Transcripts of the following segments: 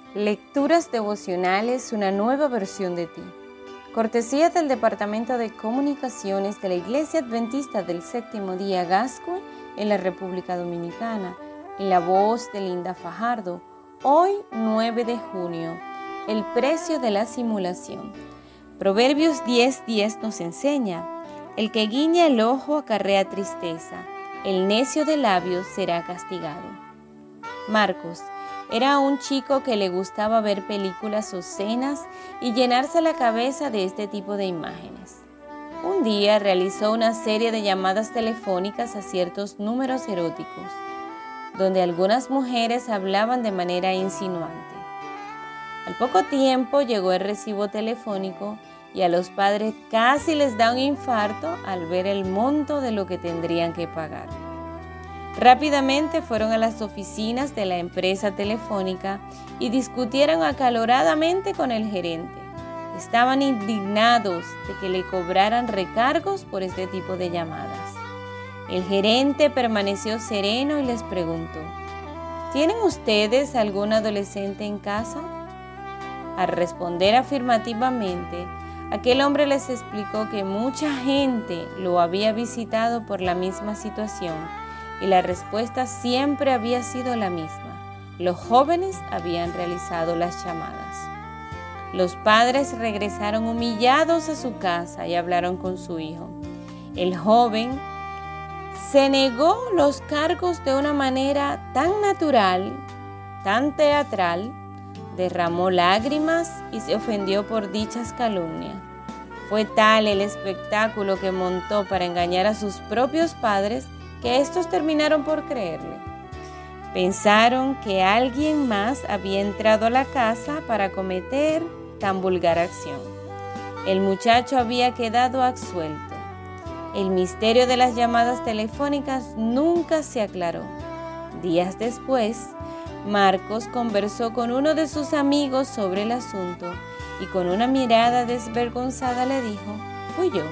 Lecturas devocionales, una nueva versión de ti. Cortesía del Departamento de Comunicaciones de la Iglesia Adventista del Séptimo Día Gascue en la República Dominicana, en la voz de Linda Fajardo. Hoy, 9 de junio, el precio de la simulación. Proverbios 10:10 nos enseña: el que guiña el ojo acarrea tristeza, el necio de labios será castigado. Marcos era un chico que le gustaba ver películas obscenas y llenarse la cabeza de este tipo de imágenes. Un día realizó una serie de llamadas telefónicas a ciertos números eróticos, donde algunas mujeres hablaban de manera insinuante. Al poco tiempo llegó el recibo telefónico y a los padres casi les da un infarto al ver el monto de lo que tendrían que pagar. Rápidamente fueron a las oficinas de la empresa telefónica y discutieron acaloradamente con el gerente. Estaban indignados de que le cobraran recargos por este tipo de llamadas. El gerente permaneció sereno y les preguntó: ¿tienen ustedes algún adolescente en casa? Al responder afirmativamente, aquel hombre les explicó que mucha gente lo había visitado por la misma situación y la respuesta siempre había sido la misma. Los jóvenes habían realizado las llamadas. Los padres regresaron humillados a su casa y hablaron con su hijo. El joven se negó los cargos de una manera tan natural, tan teatral, derramó lágrimas y se ofendió por dichas calumnias. Fue tal el espectáculo que montó para engañar a sus propios padres que estos terminaron por creerle. Pensaron que alguien más había entrado a la casa para cometer tan vulgar acción. El muchacho había quedado absuelto. El misterio de las llamadas telefónicas nunca se aclaró. Días después, Marcos conversó con uno de sus amigos sobre el asunto y con una mirada desvergonzada le dijo: «Fui yo».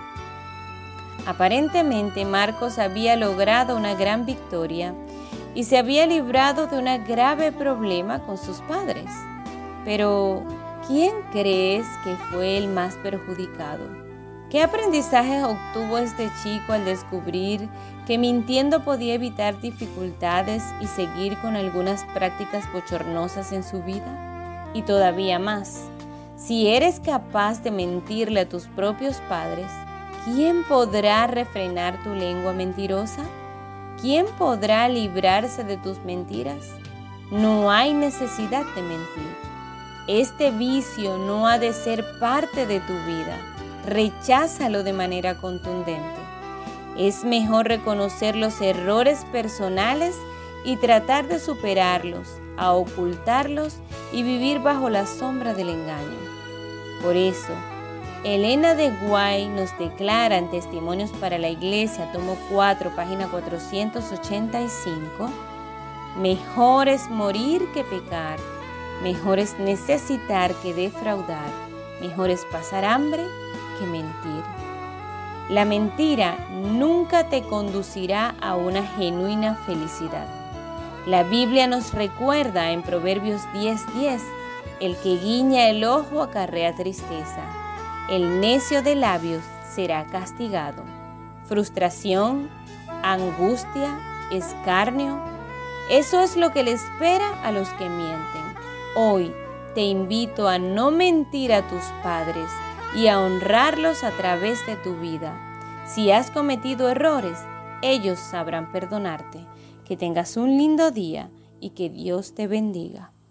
Aparentemente Marcos había logrado una gran victoria y se había librado de un grave problema con sus padres. Pero, ¿quién crees que fue el más perjudicado? ¿Qué aprendizaje obtuvo este chico al descubrir que mintiendo podía evitar dificultades y seguir con algunas prácticas bochornosas en su vida? Y todavía más, si eres capaz de mentirle a tus propios padres, ¿quién podrá refrenar tu lengua mentirosa? ¿Quién podrá librarse de tus mentiras? No hay necesidad de mentir. Este vicio no ha de ser parte de tu vida. Recházalo de manera contundente. Es mejor reconocer los errores personales y tratar de superarlos, a ocultarlos y vivir bajo la sombra del engaño. Por eso, Elena de White nos declara en Testimonios para la Iglesia, tomo 4, página 485, mejor es morir que pecar, mejor es necesitar que defraudar, mejor es pasar hambre que mentir. La mentira nunca te conducirá a una genuina felicidad. La Biblia nos recuerda en Proverbios 10:10, el que guiña el ojo acarrea tristeza. El necio de labios será castigado. Frustración, angustia, escarnio, eso es lo que le espera a los que mienten. Hoy te invito a no mentir a tus padres y a honrarlos a través de tu vida. Si has cometido errores, ellos sabrán perdonarte. Que tengas un lindo día y que Dios te bendiga.